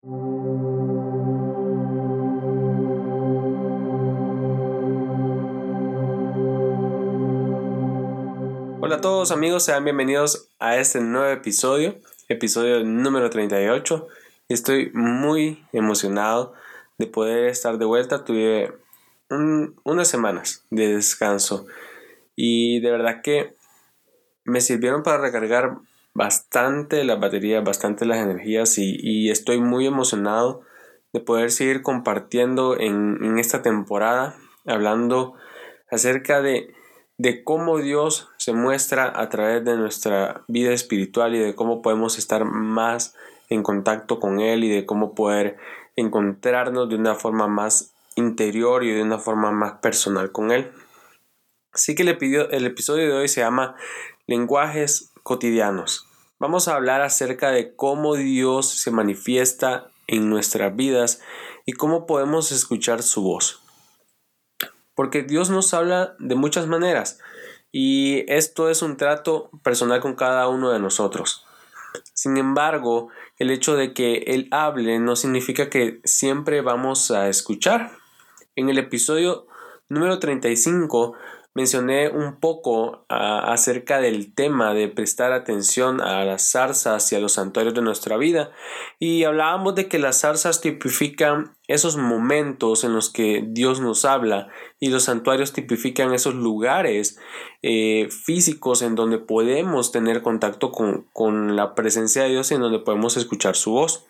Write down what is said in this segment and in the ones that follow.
Hola a todos amigos, sean bienvenidos a este nuevo episodio número 38. Estoy muy emocionado de poder estar de vuelta. Tuve unas semanas de descanso y de verdad que me sirvieron para recargar bastante las baterías, bastante las energías y estoy muy emocionado de poder seguir compartiendo en esta temporada, hablando acerca de cómo Dios se muestra a través de nuestra vida espiritual y de cómo podemos estar más en contacto con Él y de cómo poder encontrarnos de una forma más interior y de una forma más personal con Él. Así que el episodio de hoy se llama Lenguajes cotidianos. Vamos a hablar acerca de cómo Dios se manifiesta en nuestras vidas y cómo podemos escuchar su voz. Porque Dios nos habla de muchas maneras y esto es un trato personal con cada uno de nosotros. Sin embargo, el hecho de que Él hable no significa que siempre vamos a escuchar. En el episodio número 35 mencioné un poco acerca del tema de prestar atención a las zarzas y a los santuarios de nuestra vida y hablábamos de que las zarzas tipifican esos momentos en los que Dios nos habla y los santuarios tipifican esos lugares físicos en donde podemos tener contacto con la presencia de Dios y en donde podemos escuchar su voz.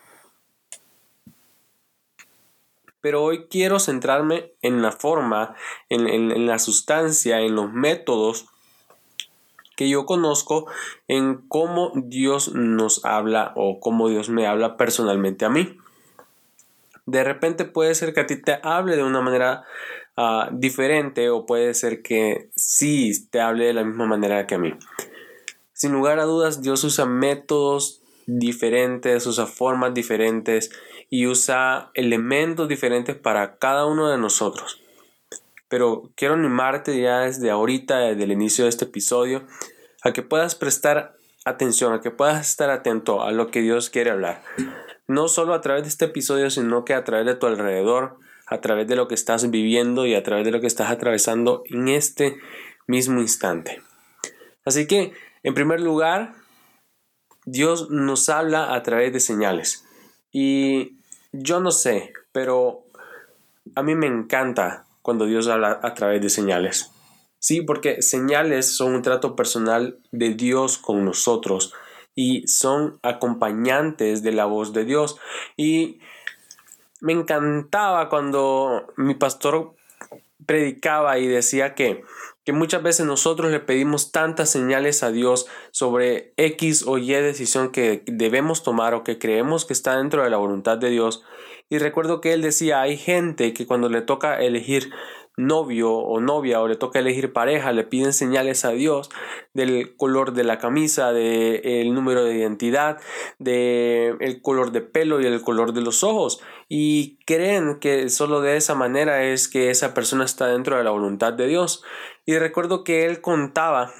Pero hoy quiero centrarme en la forma, en la sustancia, en los métodos que yo conozco, en cómo Dios nos habla o cómo Dios me habla personalmente a mí. De repente puede ser que a ti te hable de una manera diferente o puede ser que sí te hable de la misma manera que a mí. Sin lugar a dudas, Dios usa métodos diferentes, usa formas diferentes y usa elementos diferentes para cada uno de nosotros. Pero quiero animarte ya desde ahorita, desde el inicio de este episodio, a que puedas prestar atención, a que puedas estar atento a lo que Dios quiere hablar. No solo a través de este episodio, sino que a través de tu alrededor, a través de lo que estás viviendo y a través de lo que estás atravesando en este mismo instante. Así que, en primer lugar, Dios nos habla a través de señales. Y yo no sé, pero a mí me encanta cuando Dios habla a través de señales. Sí, porque señales son un trato personal de Dios con nosotros y son acompañantes de la voz de Dios. Y me encantaba cuando mi pastor predicaba y decía que muchas veces nosotros le pedimos tantas señales a Dios sobre X o Y decisión que debemos tomar o que creemos que está dentro de la voluntad de Dios. Y recuerdo que él decía, hay gente que cuando le toca elegir novio o novia o le toca elegir pareja, le piden señales a Dios del color de la camisa, del número de identidad, del color de pelo y el color de los ojos. Y creen que solo de esa manera es que esa persona está dentro de la voluntad de Dios. Y recuerdo que él contaba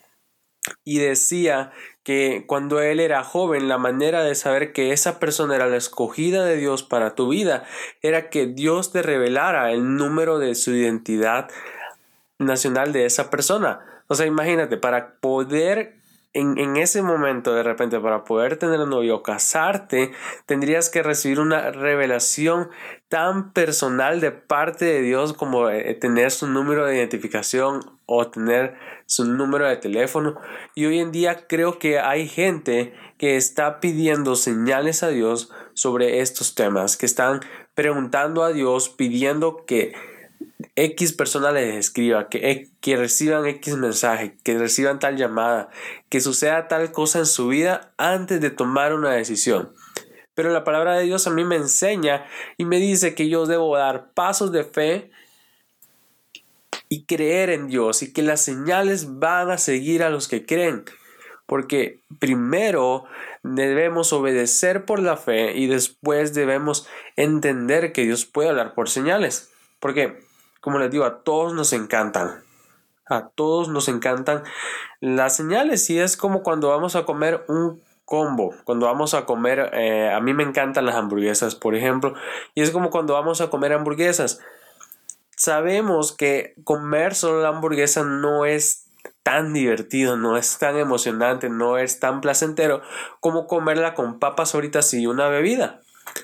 y decía que cuando él era joven, la manera de saber que esa persona era la escogida de Dios para tu vida era que Dios te revelara el número de su identidad nacional de esa persona. O sea, imagínate, para poder en ese momento de repente, para poder tener un novio o casarte, tendrías que recibir una revelación tan personal de parte de Dios como tener su número de identificación o tener su número de teléfono. Y hoy en día creo que hay gente que está pidiendo señales a Dios sobre estos temas, que están preguntando a Dios, pidiendo que X persona les escriba, que reciban X mensaje, que reciban tal llamada, que suceda tal cosa en su vida antes de tomar una decisión. Pero la palabra de Dios a mí me enseña y me dice que yo debo dar pasos de fe y creer en Dios y que las señales van a seguir a los que creen. Porque primero debemos obedecer por la fe y después debemos entender que Dios puede hablar por señales. Porque, como les digo, a todos nos encantan. A todos nos encantan las señales y es como cuando vamos a comer un combo. Cuando vamos a comer, a mí me encantan las hamburguesas, por ejemplo, y es como cuando vamos a comer hamburguesas. Sabemos que comer solo la hamburguesa no es tan divertido, no es tan emocionante, no es tan placentero como comerla con papas fritas y una bebida.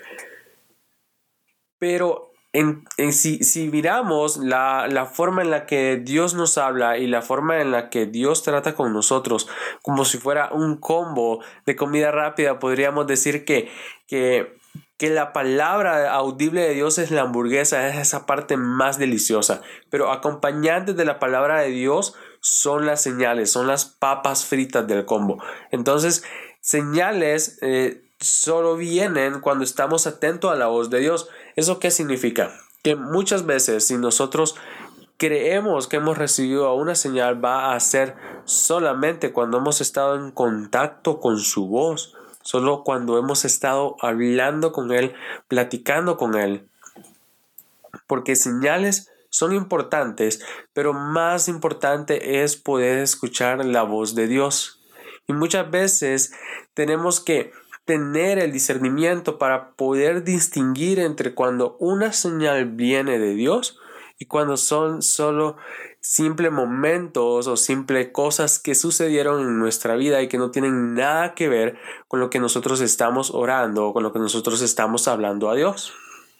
Pero si miramos la forma en la que Dios nos habla y la forma en la que Dios trata con nosotros, como si fuera un combo de comida rápida, podríamos decir que la palabra audible de Dios es la hamburguesa, es esa parte más deliciosa. Pero acompañantes de la palabra de Dios son las señales, son las papas fritas del combo. Entonces, señales solo vienen cuando estamos atentos a la voz de Dios. ¿Eso qué significa? Que muchas veces si nosotros creemos que hemos recibido una señal, va a ser solamente cuando hemos estado en contacto con su voz, solo cuando hemos estado hablando con Él, platicando con Él. Porque señales son importantes, pero más importante es poder escuchar la voz de Dios. Y muchas veces tenemos que tener el discernimiento para poder distinguir entre cuando una señal viene de Dios y cuando son solo simples momentos o simples cosas que sucedieron en nuestra vida y que no tienen nada que ver con lo que nosotros estamos orando o con lo que nosotros estamos hablando a Dios.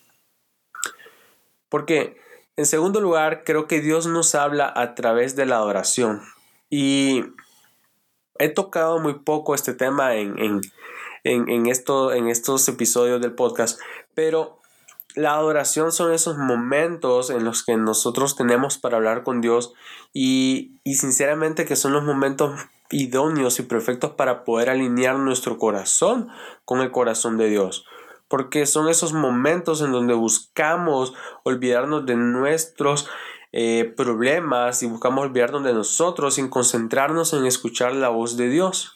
Porque, en segundo lugar, creo que Dios nos habla a través de la adoración. Y he tocado muy poco este tema en estos episodios del podcast, pero la adoración son esos momentos en los que nosotros tenemos para hablar con Dios y sinceramente que son los momentos idóneos y perfectos para poder alinear nuestro corazón con el corazón de Dios. Porque son esos momentos en donde buscamos olvidarnos de nuestros problemas y buscamos olvidarnos de nosotros sin concentrarnos en escuchar la voz de Dios.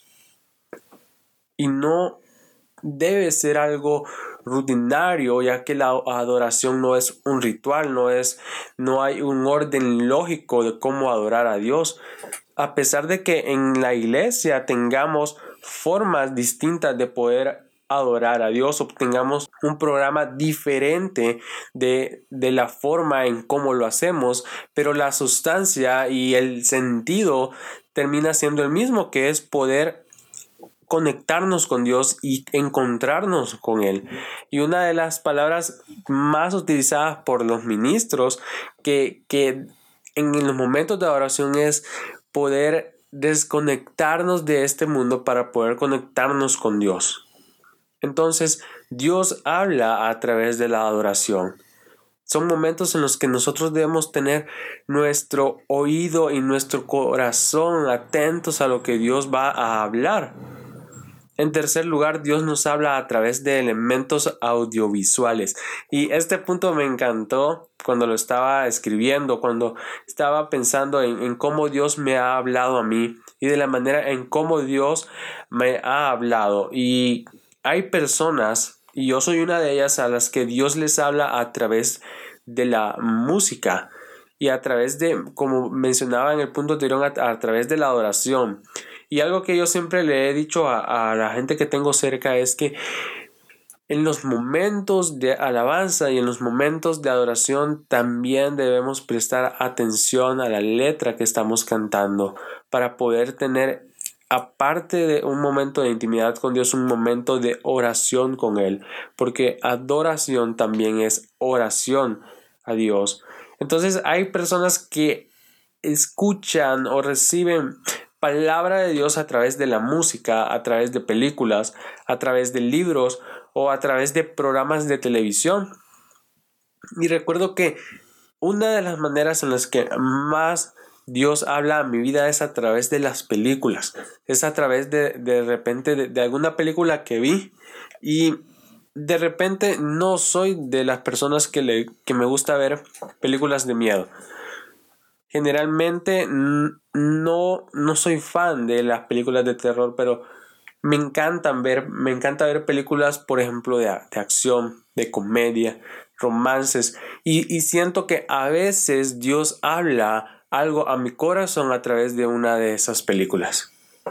Y no debe ser algo rutinario, ya que la adoración no es un ritual, no hay un orden lógico de cómo adorar a Dios. A pesar de que en la iglesia tengamos formas distintas de poder adorar a Dios, obtengamos un programa diferente de la forma en cómo lo hacemos, pero la sustancia y el sentido termina siendo el mismo, que es poder conectarnos con Dios y encontrarnos con Él. Y una de las palabras más utilizadas por los ministros que en los momentos de adoración es poder desconectarnos de este mundo para poder conectarnos con Dios. Entonces, Dios habla a través de la adoración. Son momentos en los que nosotros debemos tener nuestro oído y nuestro corazón atentos a lo que Dios va a hablar. En tercer lugar, Dios nos habla a través de elementos audiovisuales. Y este punto me encantó cuando lo estaba escribiendo, cuando estaba pensando en cómo Dios me ha hablado a mí y de la manera en cómo Dios me ha hablado. Y hay personas, y yo soy una de ellas, a las que Dios les habla a través de la música y a través de, como mencionaba en el punto anterior, a través de la adoración. Y algo que yo siempre le he dicho a la gente que tengo cerca es que en los momentos de alabanza y en los momentos de adoración también debemos prestar atención a la letra que estamos cantando para poder tener, aparte de un momento de intimidad con Dios, un momento de oración con Él, porque adoración también es oración a Dios. Entonces hay personas que escuchan o reciben palabra de Dios a través de la música, a través de películas, a través de libros o a través de programas de televisión. Y recuerdo que una de las maneras en las que más Dios habla a mi vida es a través de las películas. Es a través de repente de alguna película que vi y de repente no soy de las personas que me gusta ver películas de miedo. Generalmente no soy fan de las películas de terror, pero me encanta ver películas, por ejemplo, de acción, de comedia, romances, y siento que a veces Dios habla algo a mi corazón a través de una de esas películas.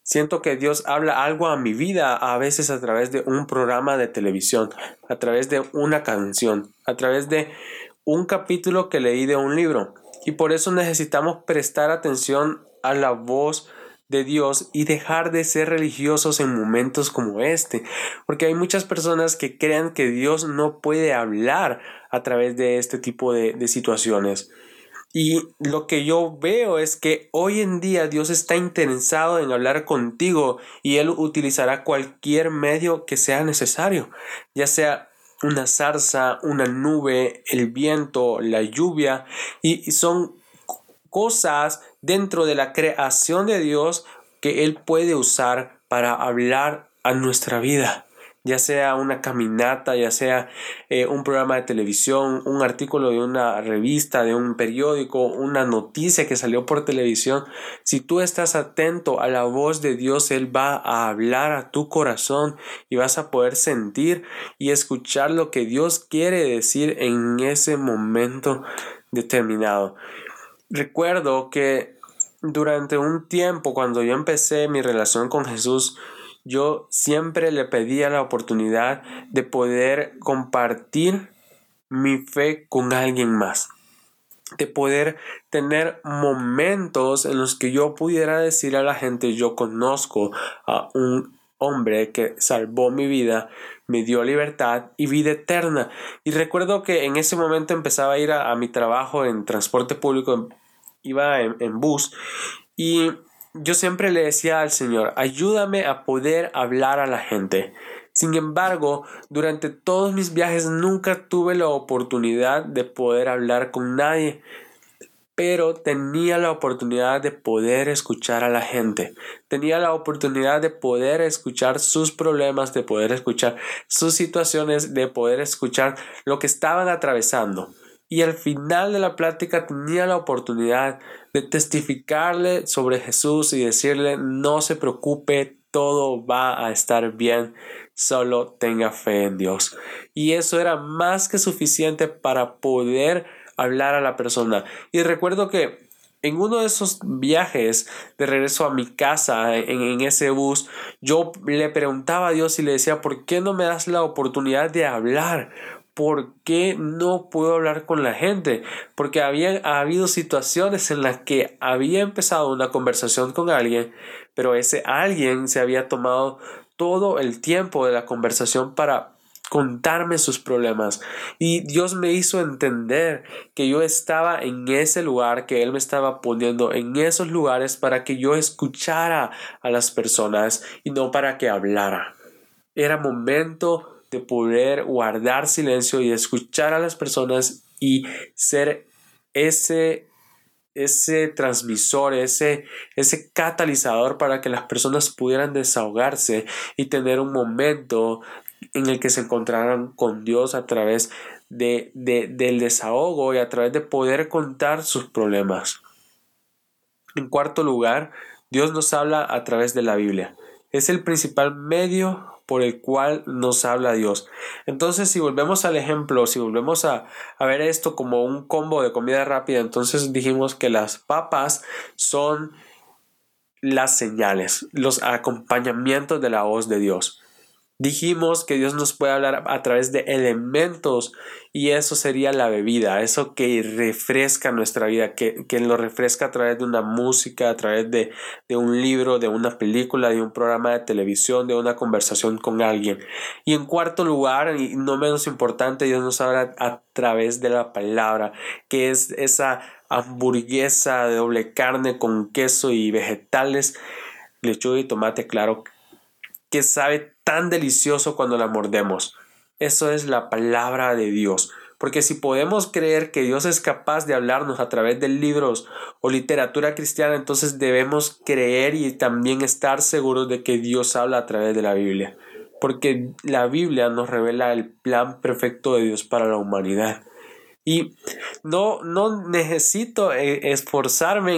Siento que Dios habla algo a mi vida a veces a través de un programa de televisión, a través de una canción, a través de un capítulo que leí de un libro. Y por eso necesitamos prestar atención a la voz de Dios y dejar de ser religiosos en momentos como este. Porque hay muchas personas que creen que Dios no puede hablar a través de este tipo de situaciones. Y lo que yo veo es que hoy en día Dios está interesado en hablar contigo y Él utilizará cualquier medio que sea necesario, ya sea una zarza, una nube, el viento, la lluvia, y son cosas dentro de la creación de Dios que Él puede usar para hablar a nuestra vida. Ya sea una caminata, ya sea un programa de televisión, un artículo de una revista, de un periódico, una noticia que salió por televisión. Si tú estás atento a la voz de Dios, Él va a hablar a tu corazón y vas a poder sentir y escuchar lo que Dios quiere decir en ese momento determinado. Recuerdo que durante un tiempo, cuando yo empecé mi relación con Jesús, yo siempre le pedía la oportunidad de poder compartir mi fe con alguien más, de poder tener momentos en los que yo pudiera decir a la gente: yo conozco a un hombre que salvó mi vida, me dio libertad y vida eterna. Y recuerdo que en ese momento empezaba a ir a mi trabajo en transporte público, iba en bus, y yo siempre le decía al Señor: ayúdame a poder hablar a la gente. Sin embargo, durante todos mis viajes nunca tuve la oportunidad de poder hablar con nadie, pero tenía la oportunidad de poder escuchar a la gente. Tenía la oportunidad de poder escuchar sus problemas, de poder escuchar sus situaciones, de poder escuchar lo que estaban atravesando. Y al final de la plática tenía la oportunidad de testificarle sobre Jesús y decirle: no se preocupe, todo va a estar bien, solo tenga fe en Dios. Y eso era más que suficiente para poder hablar a la persona. Y recuerdo que en uno de esos viajes de regreso a mi casa en ese bus, yo le preguntaba a Dios y le decía: ¿por qué no me das la oportunidad de hablar? ¿Por qué no puedo hablar con la gente? Porque ha habido situaciones en las que había empezado una conversación con alguien, pero ese alguien se había tomado todo el tiempo de la conversación para contarme sus problemas, y Dios me hizo entender que yo estaba en ese lugar, que Él me estaba poniendo en esos lugares para que yo escuchara a las personas y no para que hablara. Era momento de poder guardar silencio y escuchar a las personas y ser ese transmisor, ese catalizador para que las personas pudieran desahogarse y tener un momento en el que se encontraran con Dios a través del desahogo y a través de poder contar sus problemas. En cuarto lugar, Dios nos habla a través de la Biblia. Es el principal medio por el cual nos habla Dios. Entonces, si volvemos al ejemplo, si volvemos a ver esto como un combo de comida rápida, entonces dijimos que las papas son las señales, los acompañamientos de la voz de Dios. Dijimos que Dios nos puede hablar a través de elementos, y eso sería la bebida, eso que refresca nuestra vida, que lo refresca a través de una música, a través de un libro, de una película, de un programa de televisión, de una conversación con alguien. Y en cuarto lugar, y no menos importante, Dios nos habla a través de la palabra, que es esa hamburguesa de doble carne con queso y vegetales, lechuga y tomate, claro, que sabe tan delicioso cuando la mordemos. Eso es la palabra de Dios. Porque si podemos creer que Dios es capaz de hablarnos a través de libros o literatura cristiana, entonces debemos creer y también estar seguros de que Dios habla a través de la Biblia. Porque la Biblia nos revela el plan perfecto de Dios para la humanidad. Y no necesito esforzarme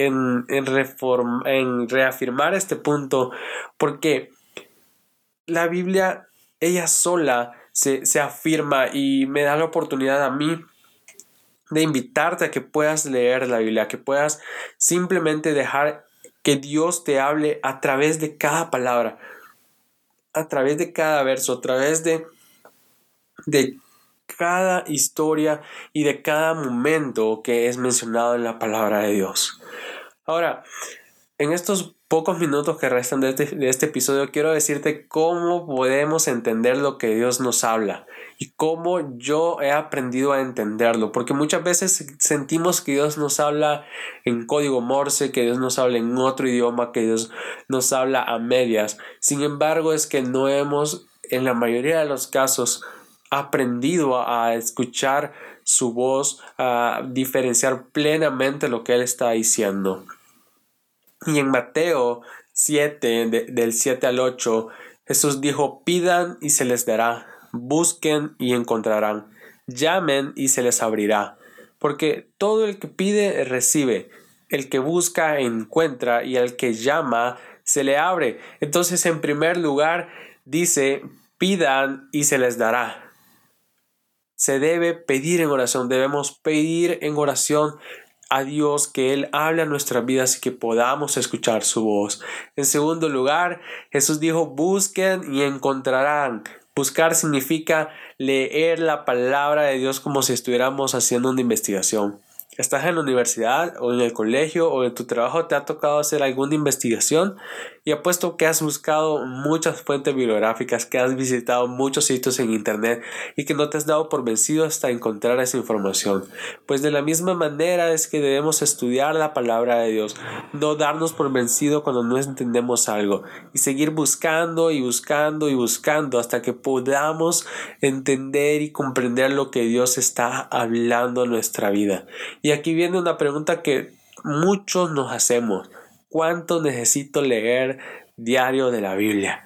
en reafirmar este punto, porque la Biblia, ella sola se afirma y me da la oportunidad a mí de invitarte a que puedas leer la Biblia, que puedas simplemente dejar que Dios te hable a través de cada palabra, a través de cada verso, a través de cada historia y de cada momento que es mencionado en la palabra de Dios. Ahora, en estos pocos minutos que restan de este episodio, quiero decirte cómo podemos entender lo que Dios nos habla y cómo yo he aprendido a entenderlo, porque muchas veces sentimos que Dios nos habla en código Morse, que Dios nos habla en otro idioma, que Dios nos habla a medias. Sin embargo, es que no hemos, en la mayoría de los casos, aprendido a escuchar su voz, a diferenciar plenamente lo que Él está diciendo. Y en Mateo 7, del 7 al 8, Jesús dijo: pidan y se les dará, busquen y encontrarán, llamen y se les abrirá, porque todo el que pide recibe, el que busca encuentra, y al que llama se le abre. Entonces, en primer lugar, dice: pidan y se les dará. Se debe pedir en oración, debemos pedir en oración a Dios que Él hable a nuestras vidas y que podamos escuchar su voz. En segundo lugar, Jesús dijo: busquen y encontrarán. Buscar significa leer la palabra de Dios como si estuviéramos haciendo una investigación. Estás en la universidad o en el colegio o en tu trabajo, te ha tocado hacer alguna investigación y apuesto que has buscado muchas fuentes bibliográficas, que has visitado muchos sitios en internet y que no te has dado por vencido hasta encontrar esa información. Pues de la misma manera es que debemos estudiar la palabra de Dios, no darnos por vencido cuando no entendemos algo y seguir buscando y buscando y buscando hasta que podamos entender y comprender lo que Dios está hablando en nuestra vida. Y aquí viene una pregunta que muchos nos hacemos: ¿cuánto necesito leer diario de la Biblia?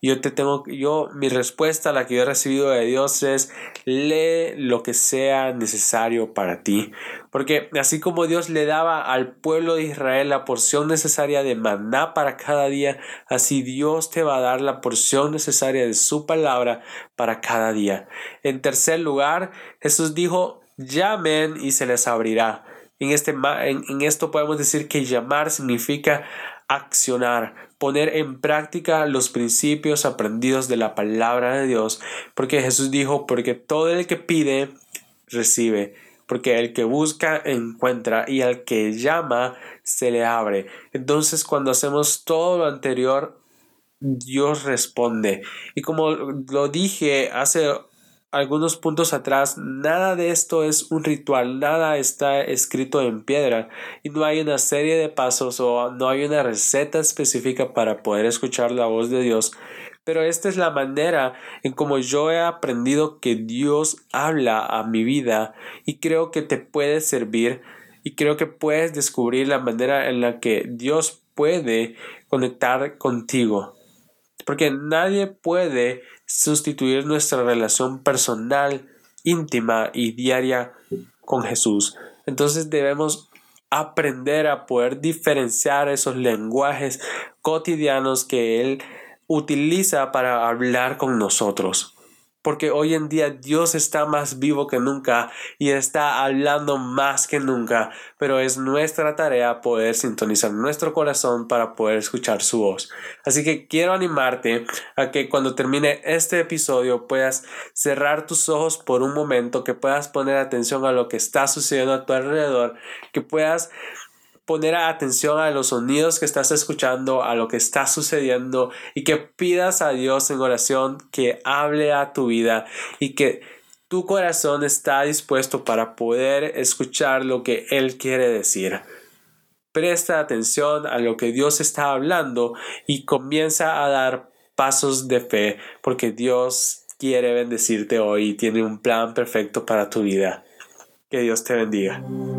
Mi respuesta, la que yo he recibido de Dios, es: lee lo que sea necesario para ti. Porque así como Dios le daba al pueblo de Israel la porción necesaria de maná para cada día, así Dios te va a dar la porción necesaria de su palabra para cada día. En tercer lugar, Jesús dijo: llamen y se les abrirá. En esto podemos decir que llamar significa accionar, poner en práctica los principios aprendidos de la palabra de Dios, porque Jesús dijo: porque todo el que pide, recibe, porque el que busca, encuentra, y al que llama, se le abre. Entonces, cuando hacemos todo lo anterior, Dios responde. Y como lo dije hace algunos puntos atrás, nada de esto es un ritual, nada está escrito en piedra y no hay una serie de pasos o no hay una receta específica para poder escuchar la voz de Dios. Pero esta es la manera en como yo he aprendido que Dios habla a mi vida y creo que te puede servir y creo que puedes descubrir la manera en la que Dios puede conectar contigo. Porque nadie puede sustituir nuestra relación personal, íntima y diaria con Jesús. Entonces debemos aprender a poder diferenciar esos lenguajes cotidianos que Él utiliza para hablar con nosotros. Porque hoy en día Dios está más vivo que nunca y está hablando más que nunca, pero es nuestra tarea poder sintonizar nuestro corazón para poder escuchar su voz. Así que quiero animarte a que cuando termine este episodio puedas cerrar tus ojos por un momento, que puedas poner atención a lo que está sucediendo a tu alrededor, que puedas poner atención a los sonidos que estás escuchando, a lo que está sucediendo y que pidas a Dios en oración que hable a tu vida y que tu corazón está dispuesto para poder escuchar lo que Él quiere decir. Presta atención a lo que Dios está hablando y comienza a dar pasos de fe, porque Dios quiere bendecirte hoy y tiene un plan perfecto para tu vida. Que Dios te bendiga.